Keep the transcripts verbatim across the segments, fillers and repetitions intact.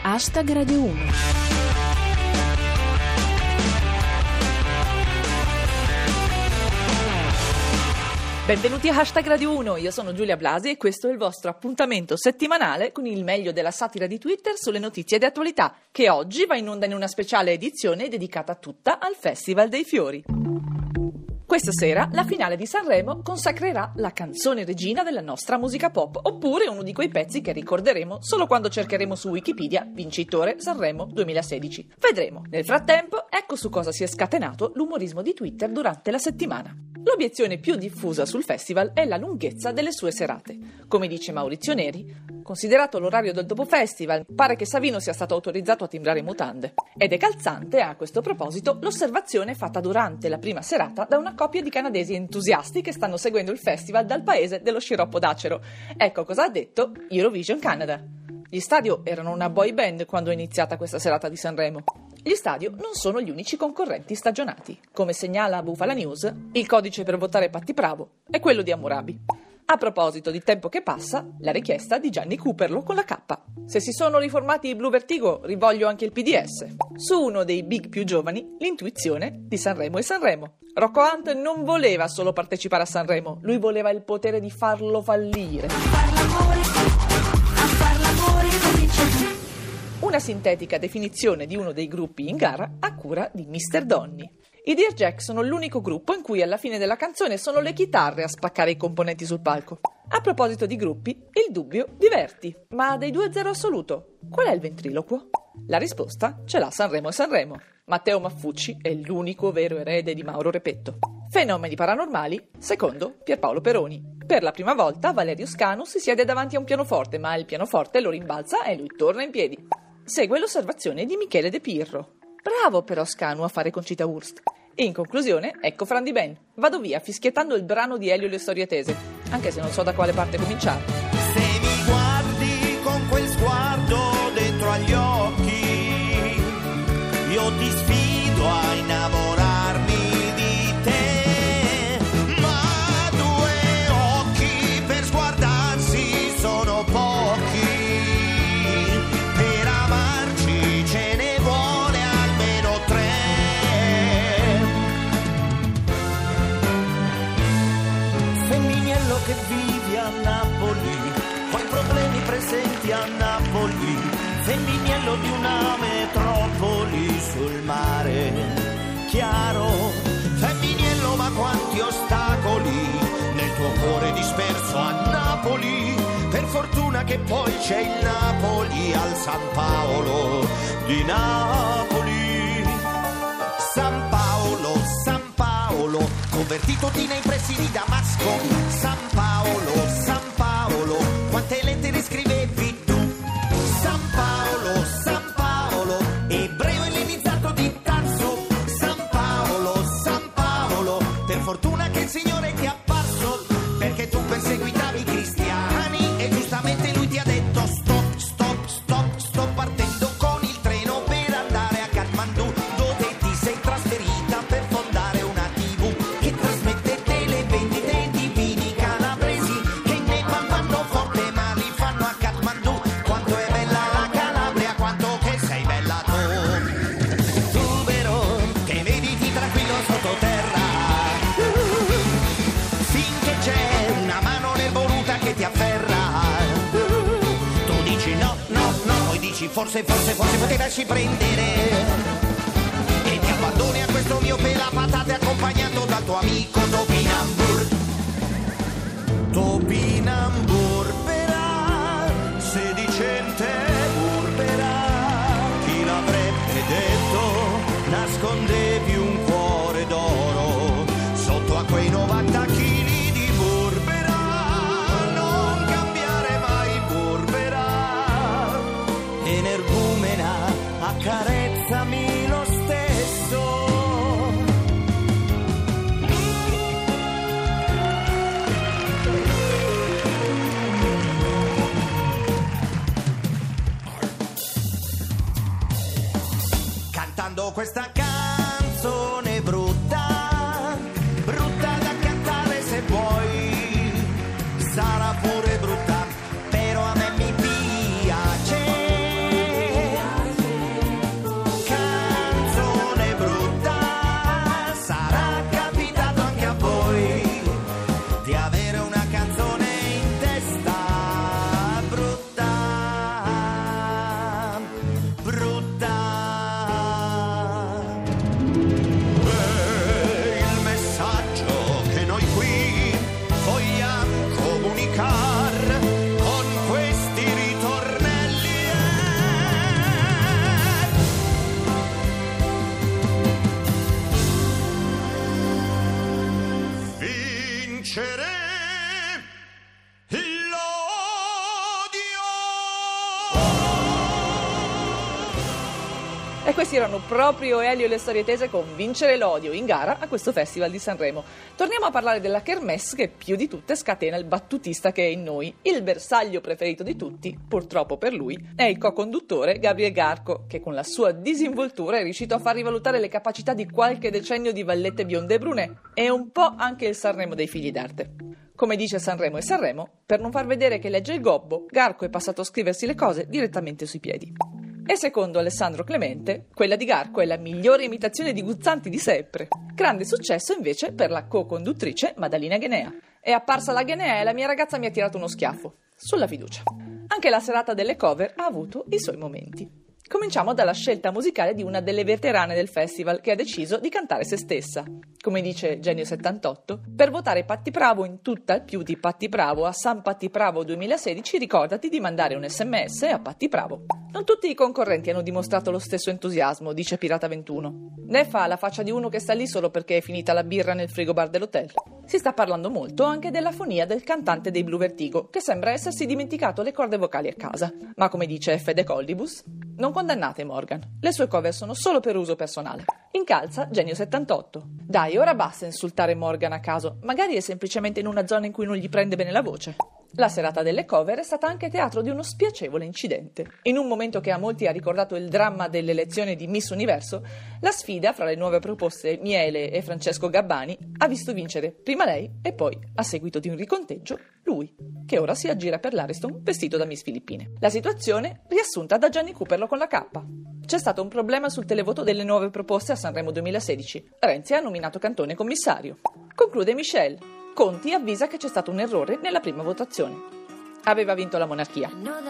Hashtag Radio uno. Benvenuti a Hashtag Radio uno, io sono Giulia Blasi e questo è il vostro appuntamento settimanale con il meglio della satira di Twitter sulle notizie di attualità, che oggi va in onda in una speciale edizione dedicata tutta al Festival dei Fiori. Questa sera la finale di Sanremo consacrerà la canzone regina della nostra musica pop, oppure uno di quei pezzi che ricorderemo solo quando cercheremo su Wikipedia vincitore Sanremo duemilasedici. Vedremo. Nel frattempo, ecco su cosa si è scatenato l'umorismo di Twitter durante la settimana. L'obiezione più diffusa sul festival è la lunghezza delle sue serate. Come dice Maurizio Neri, considerato l'orario del dopo festival, pare che Savino sia stato autorizzato a timbrare mutande. Ed è calzante, a questo proposito, l'osservazione fatta durante la prima serata da una coppia di canadesi entusiasti che stanno seguendo il festival dal paese dello sciroppo d'acero. Ecco cosa ha detto Eurovision Canada. Gli Stadio erano una boy band quando è iniziata questa serata di Sanremo. Gli Stadio non sono gli unici concorrenti stagionati. Come segnala Bufala News, il codice per votare Patti Bravo è quello di Hammurabi. A proposito di tempo che passa, la richiesta di Gianni Cooperlo con la K. Se si sono riformati i Blue Vertigo, rivoglio anche il P D S. Su uno dei big più giovani, l'intuizione di Sanremo e Sanremo. Rocco Hunt non voleva solo partecipare a Sanremo, lui voleva il potere di farlo fallire. Una sintetica definizione di uno dei gruppi in gara a cura di mister Donny. I Dear Jack sono l'unico gruppo in cui alla fine della canzone sono le chitarre a spaccare i componenti sul palco. A proposito di gruppi, il dubbio diverti. Ma dei due a zero assoluto, qual è il ventriloquo? La risposta ce l'ha Sanremo e Sanremo. Matteo Maffucci è l'unico vero erede di Mauro Repetto. Fenomeni paranormali, secondo Pierpaolo Peroni. Per la prima volta Valerio Scanu si siede davanti a un pianoforte, ma il pianoforte lo rimbalza e lui torna in piedi. Segue l'osservazione di Michele De Pirro. Bravo però Scanu a fare Concita Wurst. E in conclusione, ecco Fran Di Ben. Vado via fischiettando il brano di Elio Le Storie Tese, anche se non so da quale parte cominciare. Se mi guardi con quel sguardo dentro agli occhi, io ti sfido a innamorarmi di te. Ma due occhi per sguardarsi sono pochi. Per amarci ce ne vuole almeno tre. Femminiello che vivi a Napoli, coi problemi presenti a Napoli, femminiello di una metropoli sul mare chiaro, femminiello ma quanti ostacoli nel tuo cuore disperso a Napoli, per fortuna che poi c'è il Napoli al San Paolo di Napoli. San Paolo, San Paolo, convertitoti nei pressi di Damasco. San Paolo, San Paolo, quante lettere scrivevi tu? San Paolo, San Paolo, ebreo ellenizzato di Tarso. San Paolo, San Paolo, per fortuna che il Signore ti è apparso, perché tu perseguitavi i cristiani e giustamente lui ti ha detto stop, stop, stop, sto partendo con il treno per andare a Kathmandu, dove ti sei trasferita per fondare una tivù che trasmette le vendite di vini calabresi, che in Nepal vanno forte ma li fanno a Kathmandu. Quanto è bella la Calabria, quanto che sei bella tu. Tu vero che vediti tranquillo sottoterra, finché c'è una mano nervoluta che ti afferra. Tu dici no, no, no, poi dici forse, forse, forse potessi prendere, e ti abbandoni a questo mio pela patate accompagnato dal tuo amico Topinambur. Topinambur burberà, sedicente burberà, chi l'avrebbe detto, nascondevi un cuore d'oro sotto a quei novanta chili di burberà. Non cambiare mai burberà, energumena, accarezzami lo stesso. Cantando questa canzone brutta, brutta da cantare se vuoi, sarà pure brutta, però a me mi piace. questi erano proprio Elio e le storie tese con Vincere l'odio in gara a questo Festival di Sanremo. Torniamo a parlare della Kermesse che più di tutte scatena il battutista che è in noi. Il bersaglio preferito di tutti, purtroppo per lui, è il co-conduttore Gabriel Garco, che con la sua disinvoltura è riuscito a far rivalutare le capacità di qualche decennio di vallette bionde e brune e un po' anche il Sanremo dei figli d'arte. Come dice Sanremo e Sanremo, per non far vedere che legge il gobbo, Garco è passato a scriversi le cose direttamente sui piedi. E secondo Alessandro Clemente, quella di Garco è la migliore imitazione di Guzzanti di sempre. Grande successo invece per la co-conduttrice Maddalena Ghenea. È apparsa la Ghenea e la mia ragazza mi ha tirato uno schiaffo. Sulla fiducia. Anche la serata delle cover ha avuto i suoi momenti. Cominciamo dalla scelta musicale di una delle veterane del festival che ha deciso di cantare se stessa. Come dice Genio settantotto, per votare Patti Bravo in tutta il più di Patti Bravo a San Patti Bravo duemilasedici ricordati di mandare un sms a Patti Bravo. Non tutti i concorrenti hanno dimostrato lo stesso entusiasmo, dice Pirata ventuno. Ne fa la faccia di uno che sta lì solo perché è finita la birra nel frigobar dell'hotel. Si sta parlando molto anche della fonia del cantante dei Blue Vertigo, che sembra essersi dimenticato le corde vocali a casa. Ma come dice Fede Collibus, non condannate Morgan, le sue cover sono solo per uso personale. Incalza Genio settantotto. Dai, ora basta insultare Morgan a caso, magari è semplicemente in una zona in cui non gli prende bene la voce. La serata delle cover è stata anche teatro di uno spiacevole incidente. In un momento che a molti ha ricordato il dramma dell'elezione di Miss Universo, la sfida fra le nuove proposte Miele e Francesco Gabbani ha visto vincere prima lei e poi, a seguito di un riconteggio, lui, che ora si aggira per l'Ariston vestito da Miss Filippine. La situazione riassunta da Gianni Cooperlo con la K. C'è stato un problema sul televoto delle nuove proposte a Sanremo duemilasedici. Renzi ha nominato Cantone commissario. Conclude Michelle. Conti avvisa che c'è stato un errore nella prima votazione. Aveva vinto la monarchia.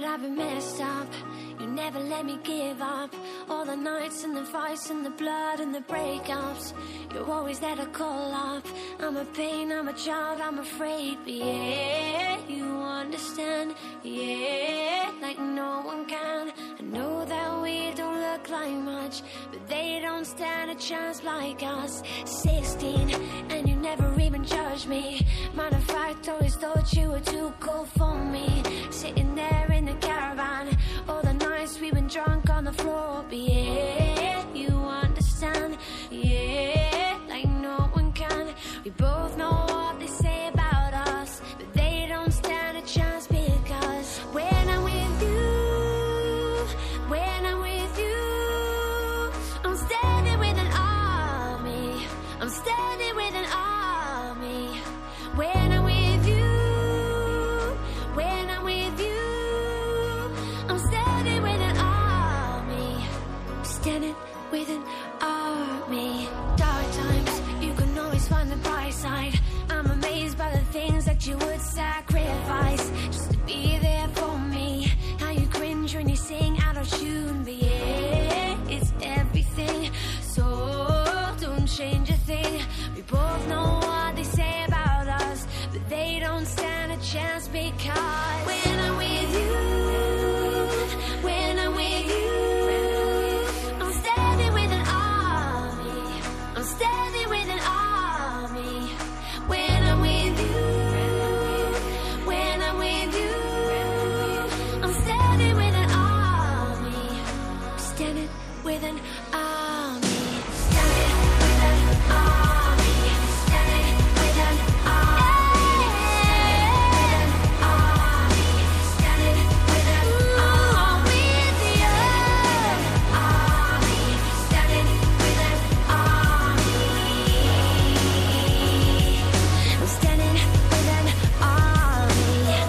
Never let me give up. All the nights and the fights and the blood and the breakups. You're always there to call up. I'm a pain, I'm a child, I'm afraid. But yeah, you understand. Yeah, like no one can. I know that we don't look like much, but they don't stand a chance like us. Sixteen, and you never even judged me. Matter of fact, always thought you were too cool for me. Sitting there in the caravan, all the nights we've been drunk on the floor. But yeah, you understand. Yeah, like no one can. We both know what they say about us, but they don't stand a chance because when I'm with you, when I'm with you, I'm standing with an army. I'm standing with an army. When I'm with you, when I'm with you, I'm standing with an army. I'm standing with an army. Dark times, you can always find the bright side. I'm amazed by the things that you would sacrifice just to be there for me. How you cringe when you sing out of tune, but yeah, it's everything. So don't change a thing. We both know what they say about us, but they don't stand a chance because when I'm with you, when I'm with you, I'm standing with an army. I'm standing with an army. When I'm with you, when I'm with you, I'm standing with an army. Standing with an army. Standing with an army. Standing with an army. Standing with an army. Standing with an army. I'm standing with an army.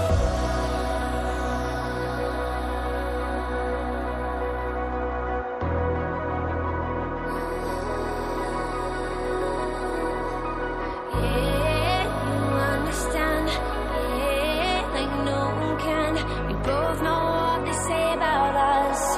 Yeah, you understand. Yeah, like no one can. We both know what they say about us.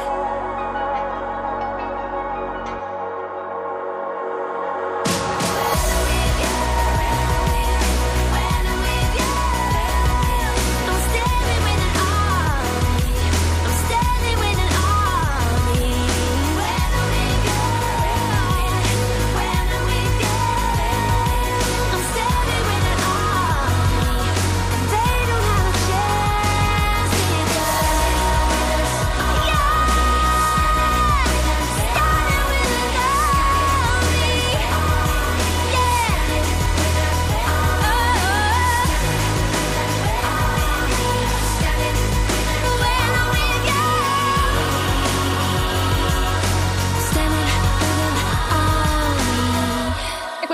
When I'm with you, I'm standing with an army. I'm standing with an army. When I'm with you, when I'm with you, I'm standing with an army. And they don't have a chance because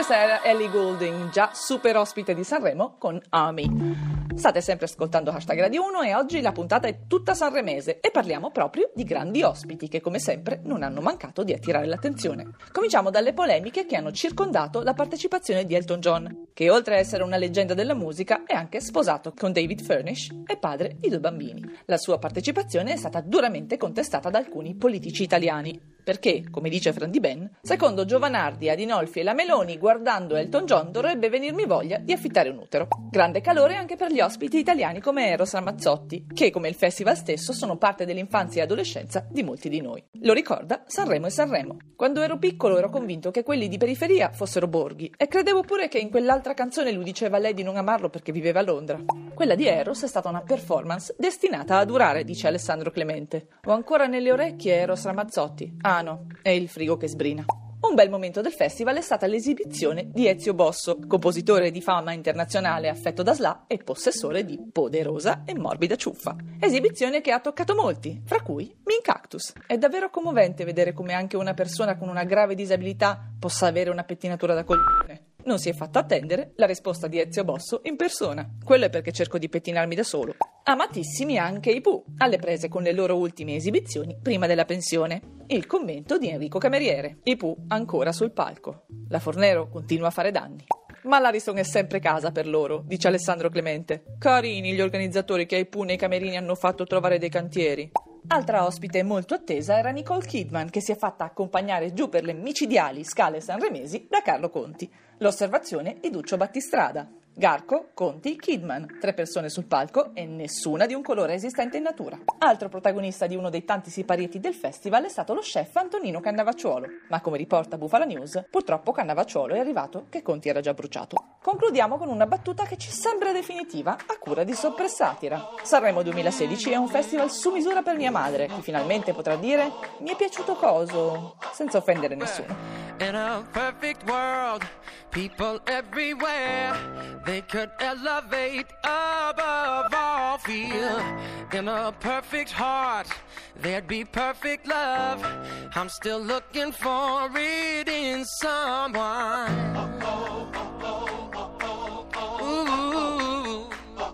Questa era Ellie Goulding, già super ospite di Sanremo con Army. State sempre ascoltando Hashtag Radio uno e oggi la puntata è tutta sanremese e parliamo proprio di grandi ospiti che come sempre non hanno mancato di attirare l'attenzione. Cominciamo dalle polemiche che hanno circondato la partecipazione di Elton John, che oltre a essere una leggenda della musica è anche sposato con David Furnish e padre di due bambini. La sua partecipazione è stata duramente contestata da alcuni politici italiani, perché, come dice Fran Di Ben, secondo Giovanardi, Adinolfi e la Meloni, guardando Elton John dovrebbe venirmi voglia di affittare un utero. Grande calore anche per gli ospiti italiani come Eros Ramazzotti, che come il festival stesso sono parte dell'infanzia e adolescenza di molti di noi. Lo ricorda Sanremo e Sanremo. Quando ero piccolo ero convinto che quelli di periferia fossero borghi e credevo pure che in quell'altra canzone lui diceva a lei di non amarlo perché viveva a Londra. Quella di Eros è stata una performance destinata a durare, dice Alessandro Clemente. Ho ancora nelle orecchie Eros Ramazzotti. Ah no, è il frigo che sbrina. Un bel momento del festival è stata l'esibizione di Ezio Bosso, compositore di fama internazionale affetto da S L A e possessore di poderosa e morbida ciuffa. Esibizione che ha toccato molti, fra cui Min Cactus. È davvero commovente vedere come anche una persona con una grave disabilità possa avere una pettinatura da coglione. Non si è fatta attendere la risposta di Ezio Bosso in persona. Quello è perché cerco di pettinarmi da solo. Amatissimi anche i Pooh, alle prese con le loro ultime esibizioni prima della pensione. Il commento di Enrico Cameriere. I Pooh ancora sul palco. La Fornero continua a fare danni. Ma l'Ariston è sempre casa per loro, dice Alessandro Clemente. Carini gli organizzatori che ai Pooh nei camerini hanno fatto trovare dei cantieri. Altra ospite molto attesa era Nicole Kidman, che si è fatta accompagnare giù per le micidiali scale sanremesi da Carlo Conti. L'osservazione di Duccio Battistrada. Garco, Conti, Kidman, tre persone sul palco e nessuna di un colore esistente in natura. Altro protagonista di uno dei tanti siparieti del festival è stato lo chef Antonino Cannavacciuolo, ma come riporta Bufala News, purtroppo Cannavacciuolo è arrivato che Conti era già bruciato. Concludiamo con una battuta che ci sembra definitiva a cura di Soppressatira. Sanremo duemilasedici è un festival su misura per mia madre, che finalmente potrà dire mi è piaciuto coso, senza offendere nessuno. In a perfect world, people everywhere, they could elevate above all fear. In a perfect heart, there'd be perfect love. I'm still looking for it in someone. Ooh.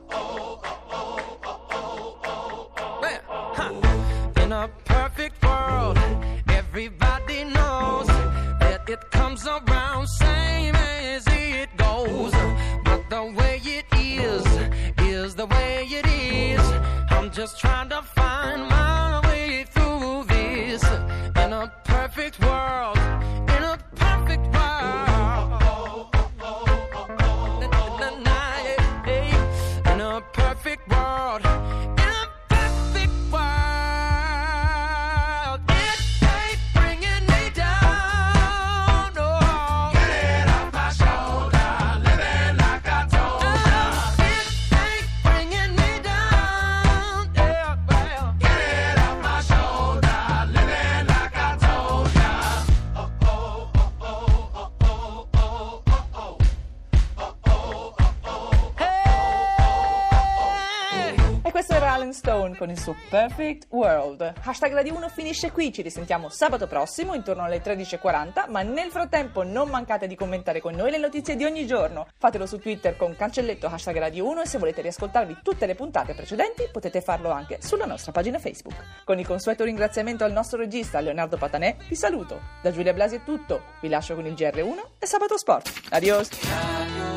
Man, huh. In a perfect world, everybody knows it comes around same as it goes, but the way it is is the way it is. I'm just trying to find my way through this. In a perfect world, in a perfect world, in a perfect world, in a perfect world. Questo era Alan Stone con il suo Perfect World. Hashtag Radio uno finisce qui, ci risentiamo sabato prossimo intorno alle tredici e quaranta, ma nel frattempo non mancate di commentare con noi le notizie di ogni giorno. Fatelo su Twitter con cancelletto Hashtag Radio uno e se volete riascoltarvi tutte le puntate precedenti potete farlo anche sulla nostra pagina Facebook. Con il consueto ringraziamento al nostro regista Leonardo Patanè vi saluto. Da Giulia Blasi è tutto, vi lascio con il G R uno e Sabato Sport. Adios!